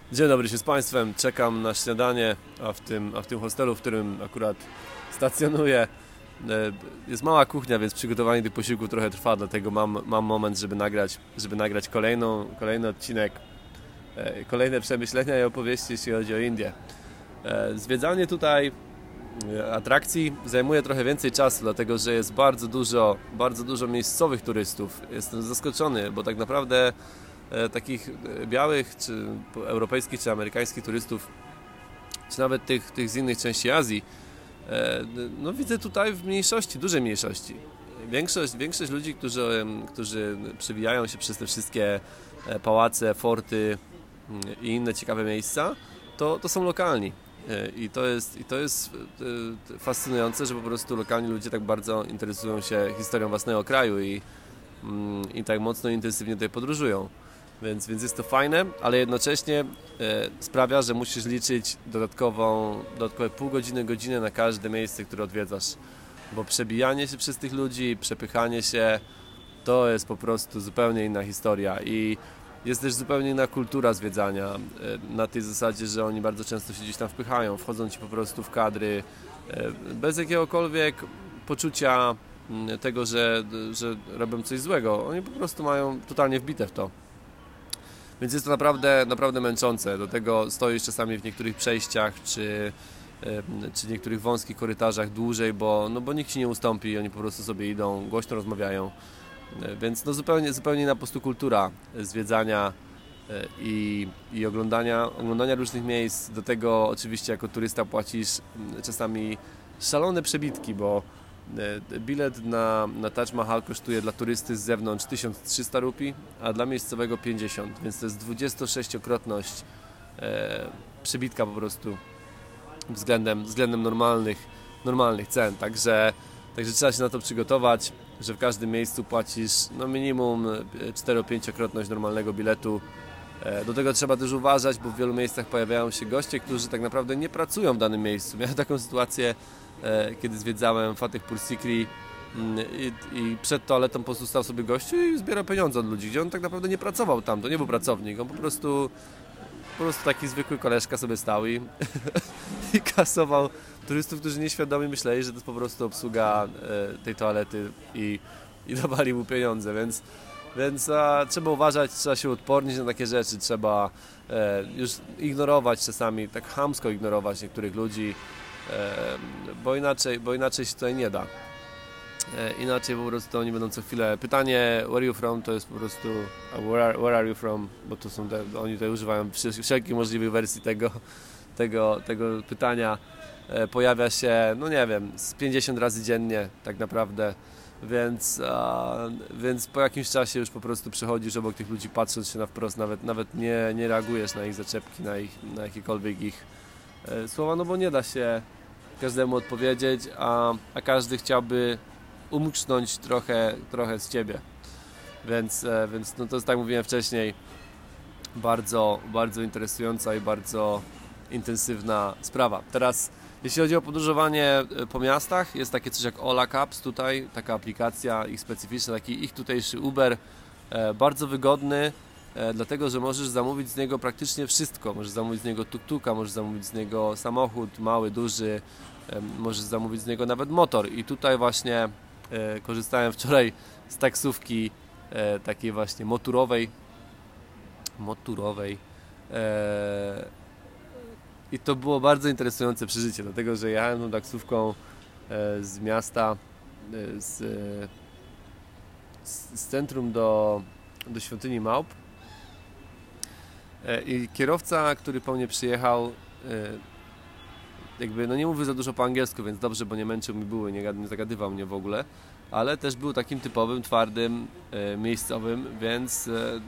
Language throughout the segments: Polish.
Dzień dobry się z Państwem, czekam na śniadanie, a w tym hostelu, w którym akurat stacjonuję, jest mała kuchnia, więc przygotowanie tych posiłków trochę trwa, dlatego mam moment, żeby nagrać kolejny odcinek, kolejne przemyślenia i opowieści, jeśli chodzi o Indię. Zwiedzanie tutaj atrakcji zajmuje trochę więcej czasu, dlatego że jest bardzo dużo miejscowych turystów. Jestem zaskoczony, bo tak naprawdę takich białych, czy europejskich, czy amerykańskich turystów, czy nawet tych z innych części Azji, no widzę tutaj w mniejszości, dużej mniejszości. Większość ludzi, którzy przewijają się przez te wszystkie pałace, forty i inne ciekawe miejsca, to są lokalni. I to jest fascynujące, że po prostu lokalni ludzie tak bardzo interesują się historią własnego kraju i tak mocno intensywnie tutaj podróżują. Więc jest to fajne, ale jednocześnie sprawia, że musisz liczyć dodatkowe pół godziny, godzinę na każde miejsce, które odwiedzasz. Bo przebijanie się przez tych ludzi, przepychanie się, to jest po prostu zupełnie inna historia. I jest też zupełnie inna kultura zwiedzania, na tej zasadzie, że oni bardzo często się gdzieś tam wpychają, wchodzą ci po prostu w kadry, bez jakiegokolwiek poczucia tego, że robią coś złego. Oni po prostu mają totalnie wbite w to. Więc jest to naprawdę męczące. Do tego stoisz czasami w niektórych przejściach czy niektórych wąskich korytarzach dłużej, bo nikt ci nie ustąpi i oni po prostu sobie idą, głośno rozmawiają. Więc zupełnie inna po prostu kultura zwiedzania i oglądania różnych miejsc. Do tego oczywiście jako turysta płacisz czasami szalone przebitki, bo bilet na Taj Mahal kosztuje dla turysty z zewnątrz 1300 rupii, a dla miejscowego 50, więc to jest 26-krotność przebitka po prostu względem normalnych cen. Także trzeba się na to przygotować, że w każdym miejscu płacisz minimum 4-5-krotność normalnego biletu. Do tego trzeba też uważać, bo w wielu miejscach pojawiają się goście, którzy tak naprawdę nie pracują w danym miejscu. Miałem taką sytuację, kiedy zwiedzałem Fatehpur Sikri i przed toaletą po prostu stał sobie gościu i zbierał pieniądze od ludzi, gdzie on tak naprawdę nie pracował tam, to nie był pracownik, on po prostu taki zwykły koleżka sobie stał i kasował turystów, którzy nieświadomie myśleli, że to jest po prostu obsługa tej toalety i dawali mu pieniądze, więc trzeba uważać, trzeba się odpornić na takie rzeczy, trzeba już ignorować czasami, tak chamsko ignorować niektórych ludzi, bo inaczej się tutaj nie da. Inaczej po prostu oni będą co chwilę pytanie where are you from, to jest po prostu where are you from, bo to są oni tutaj używają wszelkich możliwych wersji tego pytania. Pojawia się, nie wiem, z 50 razy dziennie tak naprawdę, więc po jakimś czasie już po prostu przechodzisz obok tych ludzi, patrząc się na wprost, nawet nie reagujesz na ich zaczepki, na jakiekolwiek ich słowa, bo nie da się każdemu odpowiedzieć, a każdy chciałby umknąć trochę z ciebie. Więc to jest, tak jak mówiłem wcześniej, bardzo interesująca i bardzo intensywna sprawa. Teraz, jeśli chodzi o podróżowanie po miastach, jest takie coś jak Ola Cabs tutaj, taka aplikacja ich specyficzna, taki ich tutejszy Uber, bardzo wygodny, dlatego, że możesz zamówić z niego praktycznie wszystko. Możesz zamówić z niego tuk-tuka, możesz zamówić z niego samochód, mały, duży, możesz zamówić z niego nawet motor. I tutaj właśnie korzystałem wczoraj z taksówki takiej właśnie moturowej. I to było bardzo interesujące przeżycie, dlatego, że jechałem tą taksówką z miasta, z centrum do świątyni Małp. I kierowca, który po mnie przyjechał, jakby nie mówił za dużo po angielsku, więc dobrze, bo nie męczył mi buły, nie zagadywał mnie w ogóle, ale też był takim typowym, twardym, miejscowym, więc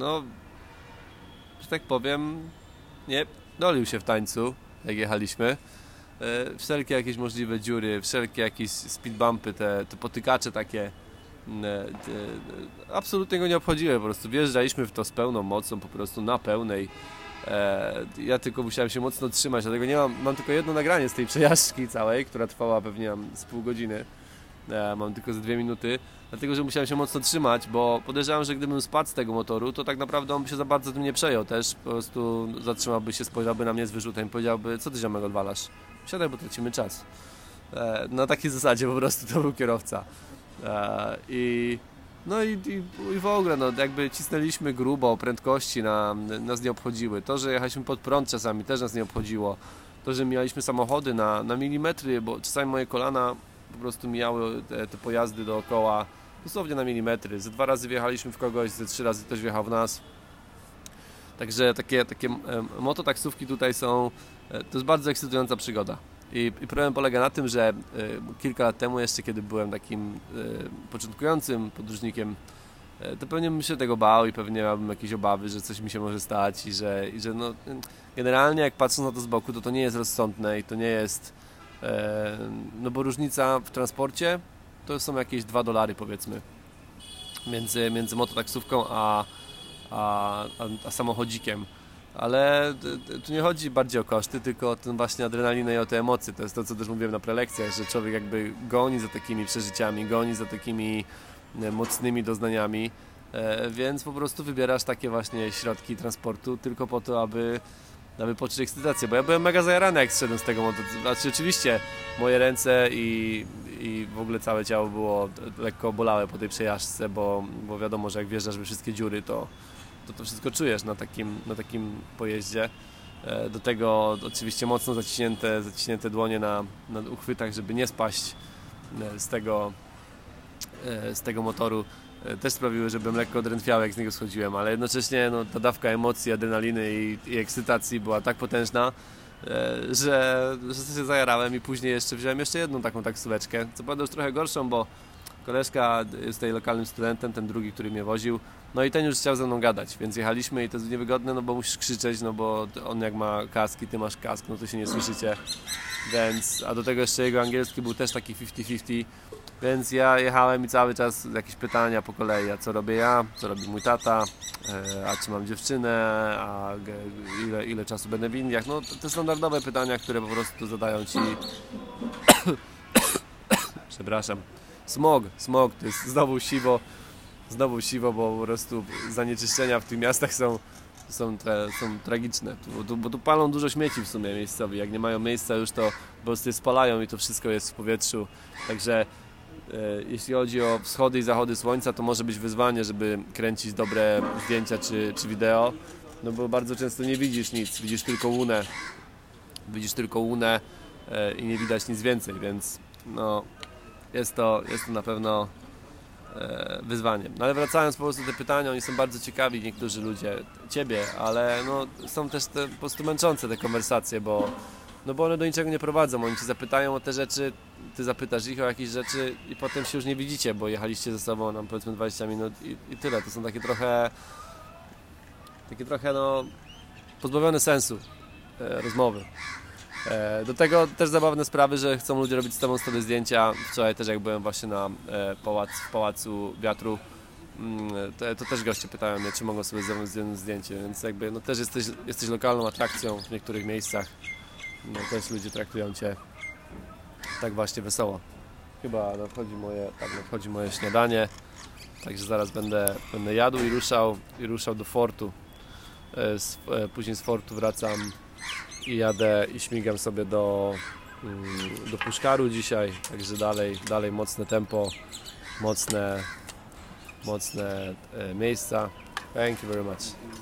że tak powiem, nie dolił się w tańcu, jak jechaliśmy. Wszelkie jakieś możliwe dziury, wszelkie jakieś speedbumpy, te potykacze takie, absolutnie go nie obchodziły, po prostu wjeżdżaliśmy w to z pełną mocą, po prostu na pełnej. Ja tylko musiałem się mocno trzymać, dlatego mam tylko jedno nagranie z tej przejażdżki całej, która trwała pewnie z pół godziny, mam tylko ze 2 minuty, dlatego że musiałem się mocno trzymać, bo podejrzewam, że gdybym spadł z tego motoru, to tak naprawdę on by się za bardzo tym nie przejął też, po prostu zatrzymałby się, spojrzałby na mnie z wyrzutem i powiedziałby: co ty, ziomek, odwalasz? Siadaj, bo tracimy czas. Na takiej zasadzie po prostu to był kierowca. No i w ogóle, no jakby cisnęliśmy grubo, prędkości nas nie obchodziły. To, że jechaliśmy pod prąd czasami też nas nie obchodziło. To, że mieliśmy samochody na milimetry, bo czasami moje kolana po prostu mijały te pojazdy dookoła dosłownie na milimetry. Ze 2 razy wjechaliśmy w kogoś, ze 3 razy ktoś wjechał w nas. Także takie mototaksówki tutaj są, to jest bardzo ekscytująca przygoda. I problem polega na tym, że kilka lat temu jeszcze, kiedy byłem takim początkującym podróżnikiem, to pewnie bym się tego bał i pewnie miałbym jakieś obawy, że coś mi się może stać i że no, generalnie jak patrząc na to z boku, to nie jest rozsądne i to nie jest, no bo różnica w transporcie to są jakieś $2 powiedzmy między mototaksówką a samochodzikiem. Ale tu nie chodzi bardziej o koszty, tylko o tę właśnie adrenalinę i o te emocje. To jest to, co też mówiłem na prelekcjach, że człowiek jakby goni za takimi przeżyciami, goni za takimi mocnymi doznaniami, więc po prostu wybierasz takie właśnie środki transportu tylko po to, aby poczuć ekscytację. Bo ja byłem mega zajarany, jak zszedłem z tego motocykla. Znaczy oczywiście moje ręce i w ogóle całe ciało było lekko bolałe po tej przejażdżce, bo wiadomo, że jak wjeżdżasz we wszystkie dziury, to wszystko czujesz na takim pojeździe. Do tego oczywiście mocno zaciśnięte dłonie na uchwytach, żeby nie spaść z tego motoru, też sprawiły, że byłem lekko odrętwiały, jak z niego schodziłem, ale jednocześnie no, ta dawka emocji, adrenaliny i ekscytacji była tak potężna, że się zajarałem i później wziąłem jeszcze jedną taką taksóweczkę, co prawda już trochę gorszą, bo koleżka jest tutaj lokalnym studentem, ten drugi, który mnie woził, no i ten już chciał ze mną gadać, więc jechaliśmy i to jest niewygodne, no bo musisz krzyczeć, no bo on jak ma kask i ty masz kask, no to się nie słyszycie, więc, a do tego jeszcze jego angielski był też taki 50-50, więc ja jechałem i cały czas jakieś pytania po kolei, a co robię ja, co robi mój tata, a czy mam dziewczynę, a ile czasu będę w Indiach, no te standardowe pytania, które po prostu zadają ci przepraszam, smog, to jest znowu siwo, bo po prostu zanieczyszczenia w tych miastach są tragiczne, bo tu palą dużo śmieci w sumie miejscowi, jak nie mają miejsca już to po prostu je spalają i to wszystko jest w powietrzu, także jeśli chodzi o wschody i zachody słońca, to może być wyzwanie, żeby kręcić dobre zdjęcia czy wideo, no bo bardzo często nie widzisz nic, widzisz tylko łunę i nie widać nic więcej, więc no jest to na pewno wyzwanie. No ale wracając po prostu do te pytania, oni są bardzo ciekawi, niektórzy ludzie, ciebie, ale no, są też te po prostu męczące te konwersacje, bo one do niczego nie prowadzą, oni ci zapytają o te rzeczy, ty zapytasz ich o jakieś rzeczy i potem się już nie widzicie, bo jechaliście ze sobą nam powiedzmy 20 minut i tyle, to są takie trochę no pozbawione sensu rozmowy. Do tego też zabawne sprawy, że chcą ludzie robić z tobą sobie zdjęcia. Wczoraj też jak byłem właśnie w Pałacu Wiatru, to też goście pytają mnie, czy mogą sobie zdjąć zdjęcie, więc jakby no też jesteś lokalną atrakcją w niektórych miejscach. No też ludzie traktują cię tak właśnie wesoło. Chyba nadchodzi moje śniadanie, także zaraz będę jadł i ruszał do fortu. Później z fortu wracam i jadę i śmigam sobie do Puszkaru dzisiaj, także dalej mocne tempo, mocne miejsca. Thank you very much.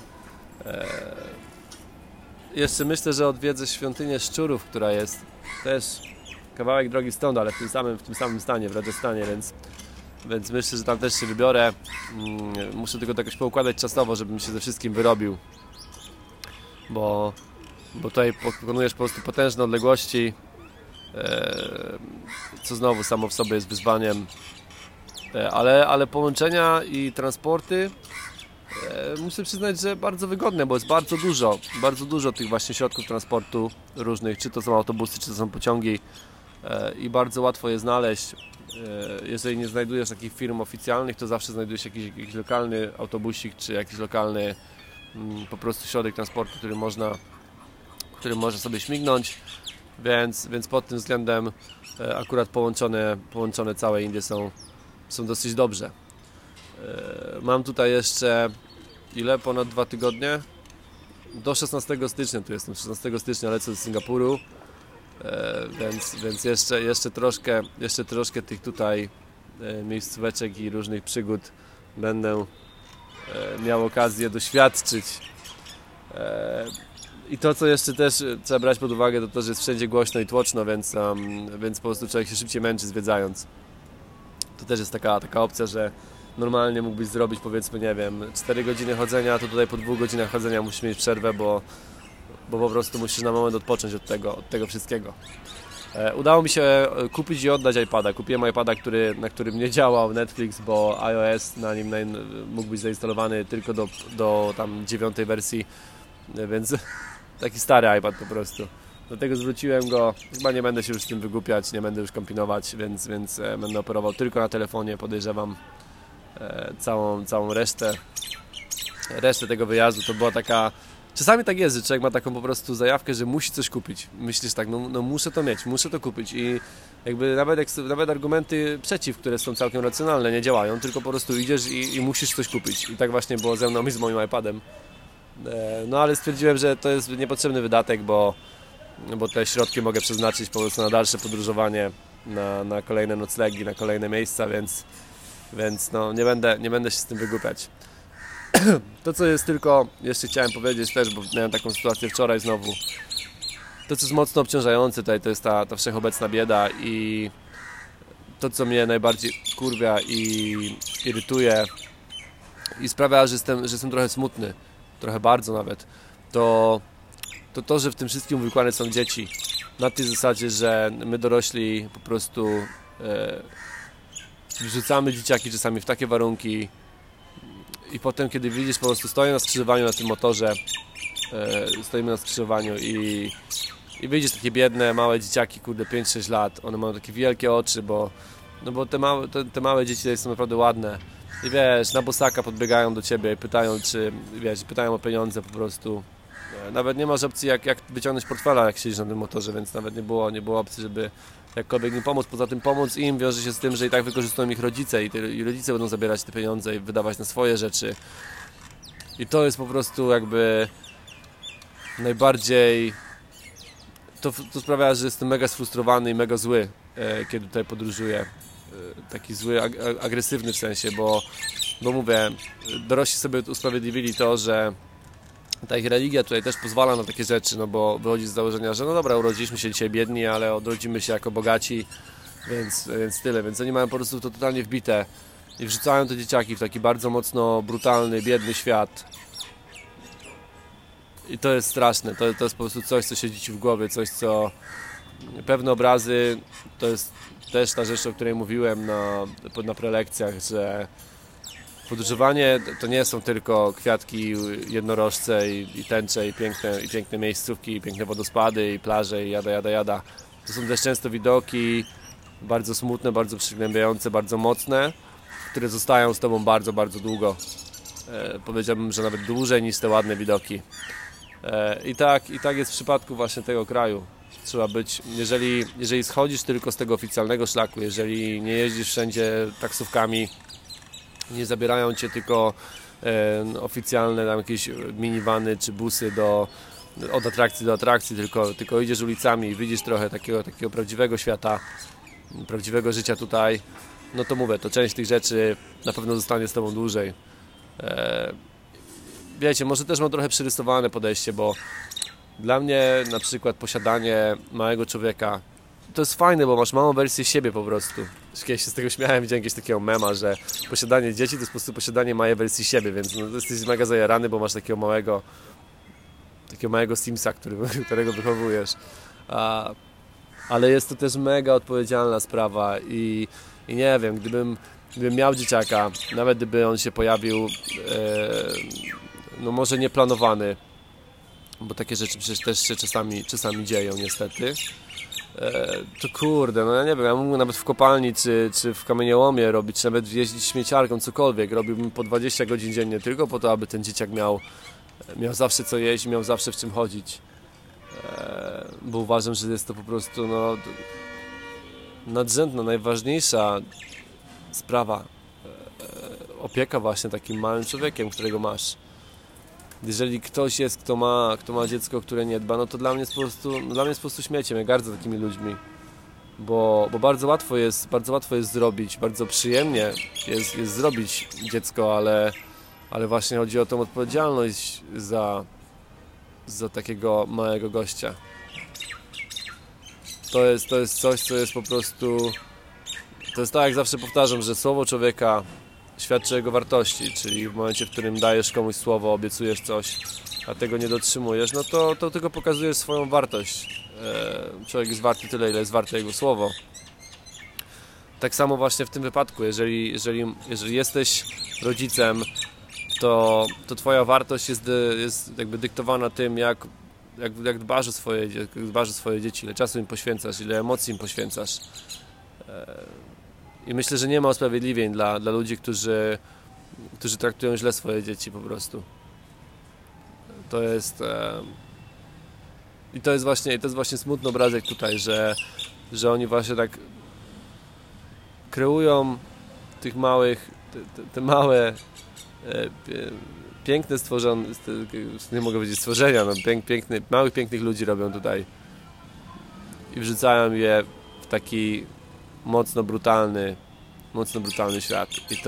Jeszcze myślę, że odwiedzę świątynię szczurów, która jest też kawałek drogi stąd, ale w tym samym stanie, w Rajasthanie, więc myślę, że tam też się wybiorę. Muszę tylko to jakoś poukładać czasowo, żebym się ze wszystkim wyrobił, bo tutaj pokonujesz po prostu potężne odległości, co znowu samo w sobie jest wyzwaniem, ale połączenia i transporty muszę przyznać, że bardzo wygodne, bo jest bardzo dużo tych właśnie środków transportu różnych, czy to są autobusy, czy to są pociągi i bardzo łatwo je znaleźć. Jeżeli nie znajdujesz takich firm oficjalnych, to zawsze znajdujesz jakiś lokalny autobusik, czy jakiś lokalny po prostu środek transportu, który można sobie śmignąć. Więc pod tym względem akurat połączone całe Indie są dosyć dobrze. Mam tutaj jeszcze ponad 2 tygodnie? Do 16 stycznia tu jestem. 16 stycznia lecę do Singapuru, więc jeszcze troszkę tych tutaj miejscóweczek i różnych przygód będę miał okazję doświadczyć. I to, co jeszcze też trzeba brać pod uwagę, to to, że jest wszędzie głośno i tłoczno, więc po prostu człowiek się szybciej męczy zwiedzając. To też jest taka opcja, że normalnie mógłbyś zrobić, powiedzmy, nie wiem, 4 godziny chodzenia, to tutaj po 2 godzinach chodzenia musisz mieć przerwę, bo po prostu musisz na moment odpocząć od tego wszystkiego. Udało mi się kupić i oddać iPada. Kupiłem iPada, na którym nie działał Netflix, bo iOS na nim mógł być zainstalowany tylko do tam 9 wersji, więc taki stary iPad po prostu. Dlatego zwróciłem go, chyba nie będę się już z tym wygłupiać, nie będę już kombinować, więc będę operował tylko na telefonie, podejrzewam całą resztę tego wyjazdu. To była taka, czasami tak jest, że człowiek ma taką po prostu zajawkę, że musi coś kupić. Myślisz tak, no muszę to mieć, muszę to kupić i jakby nawet argumenty przeciw, które są całkiem racjonalne, nie działają, tylko po prostu idziesz i musisz coś kupić. I tak właśnie było ze mną i z moim iPadem. No ale stwierdziłem, że to jest niepotrzebny wydatek, bo te środki mogę przeznaczyć po prostu na dalsze podróżowanie, na kolejne noclegi, na kolejne miejsca, więc no, nie będę się z tym wygłupiać. To, co jest tylko, jeszcze chciałem powiedzieć też, bo miałem taką sytuację wczoraj znowu, to, co jest mocno obciążające tutaj, to jest ta wszechobecna bieda i to, co mnie najbardziej kurwia i irytuje i sprawia, że jestem trochę smutny, trochę bardzo nawet, to, że w tym wszystkim uwikłane są dzieci. Na tej zasadzie, że my dorośli po prostu wrzucamy dzieciaki czasami w takie warunki i potem, kiedy widzisz, po prostu stoję na skrzyżowaniu na tym motorze, stoimy na skrzyżowaniu i widzisz takie biedne, małe dzieciaki, kurde, 5-6 lat, one mają takie wielkie oczy, bo te małe dzieci tutaj są naprawdę ładne i wiesz, na bosaka podbiegają do ciebie i pytają, pytają o pieniądze po prostu. Nawet nie masz opcji jak wyciągnąć portfela, jak siedzisz na tym motorze, więc nawet nie było opcji, żeby jakkolwiek im pomóc. Poza tym pomoc im wiąże się z tym, że i tak wykorzystują ich rodzice i rodzice będą zabierać te pieniądze i wydawać na swoje rzeczy. I to jest po prostu jakby najbardziej... To sprawia, że jestem mega sfrustrowany i mega zły, kiedy tutaj podróżuję. Taki zły, agresywny w sensie, bo mówię, dorośli sobie usprawiedliwili to, że ta ich religia tutaj też pozwala na takie rzeczy, no bo wychodzi z założenia, że no dobra, urodziliśmy się dzisiaj biedni, ale odrodzimy się jako bogaci, więc tyle. Więc oni mają po prostu to totalnie wbite i wrzucają te dzieciaki w taki bardzo mocno brutalny, biedny świat. I to jest straszne, to jest po prostu coś, co siedzi ci w głowie, coś, co... Pewne obrazy, to jest też ta rzecz, o której mówiłem na prelekcjach, że podróżowanie to nie są tylko kwiatki, jednorożce i tęcze i piękne miejscówki, i piękne wodospady i plaże i jada. To są też często widoki bardzo smutne, bardzo przygnębiające, bardzo mocne, które zostają z tobą bardzo, bardzo długo. Powiedziałbym, że nawet dłużej niż te ładne widoki. I tak jest w przypadku właśnie tego kraju. Trzeba być, jeżeli schodzisz tylko z tego oficjalnego szlaku, jeżeli nie jeździsz wszędzie taksówkami, nie zabierają cię tylko oficjalne tam jakieś minivany czy busy od atrakcji do atrakcji, tylko idziesz ulicami i widzisz trochę takiego prawdziwego świata, prawdziwego życia tutaj, no to mówię, to część tych rzeczy na pewno zostanie z tobą dłużej. Wiecie, może też mam trochę przerysowane podejście, bo dla mnie na przykład posiadanie małego człowieka to jest fajne, bo masz małą wersję siebie po prostu. Kiedyś się z tego śmiałem, widziałem jakiegoś takiego mema, że posiadanie dzieci to jest po prostu posiadanie małej wersji siebie, więc no, jesteś mega zajarany, bo masz takiego małego Simsa, którego wychowujesz. Ale jest to też mega odpowiedzialna sprawa i nie wiem, gdybym miał dzieciaka, nawet gdyby on się pojawił no może nieplanowany, bo takie rzeczy przecież też się czasami dzieją niestety, to kurde, no ja nie wiem, ja mógłbym nawet w kopalni czy w kamieniołomie robić, czy nawet jeździć śmieciarką, cokolwiek, robiłbym po 20 godzin dziennie tylko po to, aby ten dzieciak miał zawsze co jeść, miał zawsze w czym chodzić. bo uważam, że jest to po prostu nadrzędna, najważniejsza sprawa, opieka właśnie takim małym człowiekiem, którego masz. Jeżeli ktoś jest, kto ma dziecko, które nie dba, no to dla mnie jest po prostu śmieciem. Ja gardzę takimi ludźmi, bo bardzo łatwo jest zrobić, bardzo przyjemnie jest zrobić dziecko, ale właśnie chodzi o tą odpowiedzialność za takiego małego gościa. To jest coś, co jest po prostu... To jest tak, jak zawsze powtarzam, że słowo człowieka świadczy o jego wartości, czyli w momencie, w którym dajesz komuś słowo, obiecujesz coś, a tego nie dotrzymujesz, no to tylko pokazujesz swoją wartość. Człowiek jest warty tyle, ile jest warte jego słowo. Tak samo właśnie w tym wypadku, jeżeli jesteś rodzicem, to twoja wartość jest jakby dyktowana tym, jak dbasz o swoje dzieci, ile czasu im poświęcasz, ile emocji im poświęcasz. I myślę, że nie ma usprawiedliwień dla ludzi, którzy traktują źle swoje dzieci po prostu. To jest właśnie smutny obrazek tutaj, że oni właśnie tak kreują tych małych, te małe piękne stworzone, nie mogę powiedzieć stworzenia, no małych pięknych ludzi robią tutaj i wrzucają je w taki mocno brutalny świat. I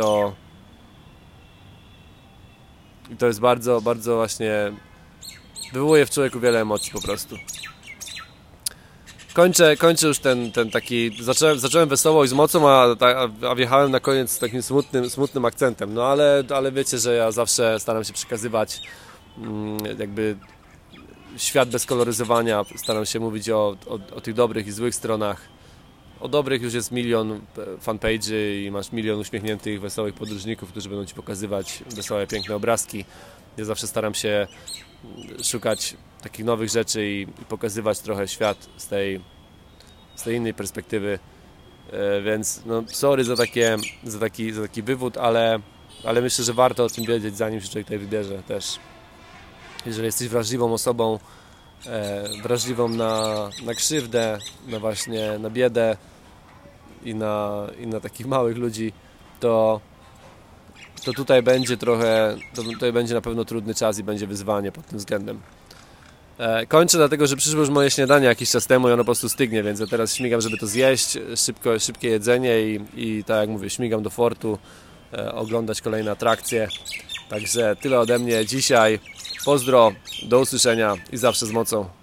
to jest bardzo, bardzo właśnie wywołuje w człowieku wiele emocji po prostu. Kończę już ten taki... Zacząłem wesoło i z mocą, a wjechałem na koniec z takim smutnym akcentem. No ale wiecie, że ja zawsze staram się przekazywać jakby świat bez koloryzowania. Staram się mówić o tych dobrych i złych stronach. O dobrych już jest 1 000 000 fanpage'y i masz 1 000 000 uśmiechniętych, wesołych podróżników, którzy będą Ci pokazywać wesołe, piękne obrazki. Ja zawsze staram się szukać takich nowych rzeczy i pokazywać trochę świat z tej innej perspektywy, więc no sorry za taki wywód, ale myślę, że warto o tym wiedzieć, zanim się człowiek tutaj wybierze też. Jeżeli jesteś wrażliwą osobą, wrażliwą na krzywdę, na biedę i na takich małych ludzi, to tutaj będzie tutaj będzie na pewno trudny czas i będzie wyzwanie pod tym względem. Kończę dlatego, że przyszło już moje śniadanie jakiś czas temu i ono po prostu stygnie, więc ja teraz śmigam, żeby to zjeść, szybkie jedzenie i tak jak mówię, śmigam do fortu, oglądać kolejne atrakcje. Także tyle ode mnie dzisiaj. Pozdro, do usłyszenia i zawsze z mocą.